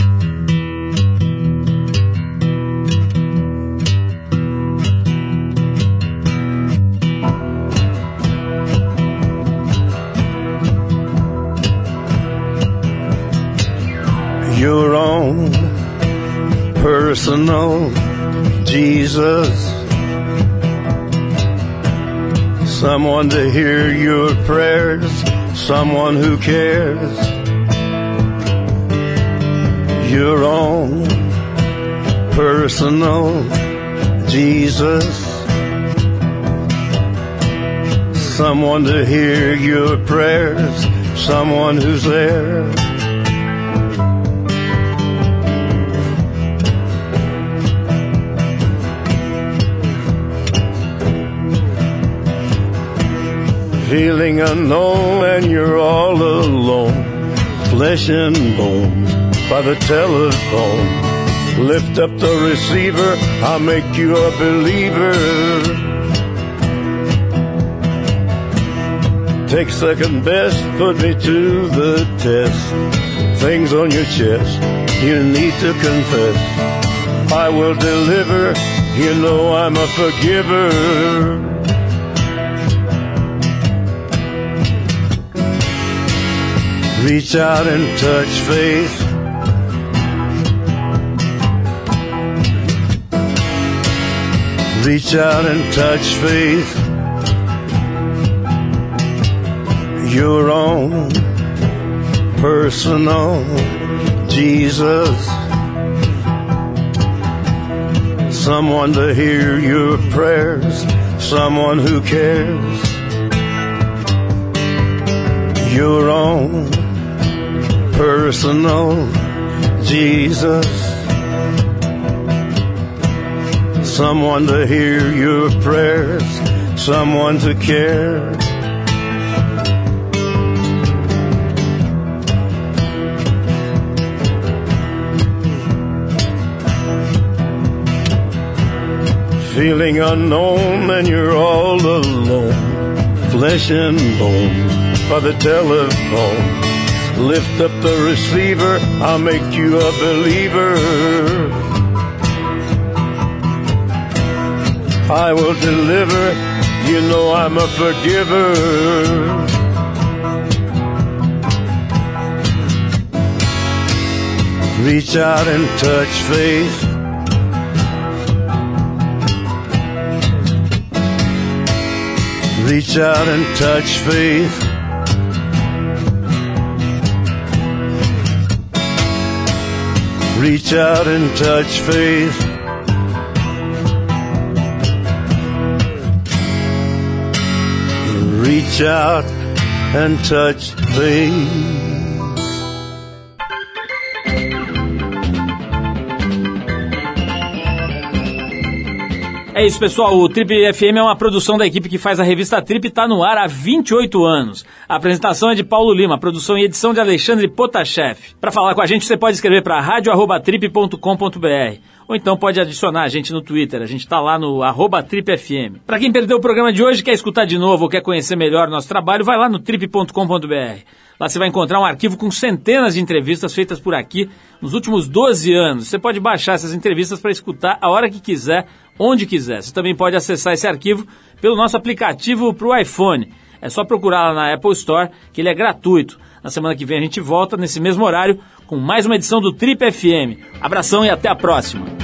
Your own personal Jesus, someone to hear your prayers, someone who cares. Your own personal Jesus, someone to hear your prayers, someone who's there. Feeling unknown and you're all alone, flesh and bone by the telephone. Lift up the receiver, I'll make you a believer. Take second best, put me to the test. Things on your chest, you need to confess. I will deliver, you know I'm a forgiver. Reach out and touch faith. Reach out and touch faith. Your own personal Jesus. Someone to hear your prayers, someone who cares. Your own personal Jesus, someone to hear your prayers, someone to care. Feeling unknown and you're all alone, flesh and bone by the telephone. Lift up the receiver, I'll make you a believer. I will deliver, you know I'm a forgiver. Reach out and touch faith. Reach out and touch faith. Reach out and touch faith. Reach out and touch faith. É É isso, pessoal. O Trip F M é uma produção da equipe que faz a revista Trip e está no ar há vinte e oito anos. A apresentação é de Paulo Lima, produção e edição de Alexandre Potashev. Para falar com a gente, você pode escrever para rádio arroba trip ponto com ponto b r. Ou então pode adicionar a gente no Twitter. A gente está lá no arroba Trip F M. Para quem perdeu o programa de hoje, quer escutar de novo ou quer conhecer melhor o nosso trabalho, vai lá no trip ponto com ponto b r. Lá você vai encontrar um arquivo com centenas de entrevistas feitas por aqui nos últimos doze anos. Você pode baixar essas entrevistas para escutar a hora que quiser, onde quiser. Você também pode acessar esse arquivo pelo nosso aplicativo para o iPhone. É só procurar lá na Apple Store, que ele é gratuito. Na semana que vem a gente volta, nesse mesmo horário, com mais uma edição do Trip F M. Abração e até a próxima.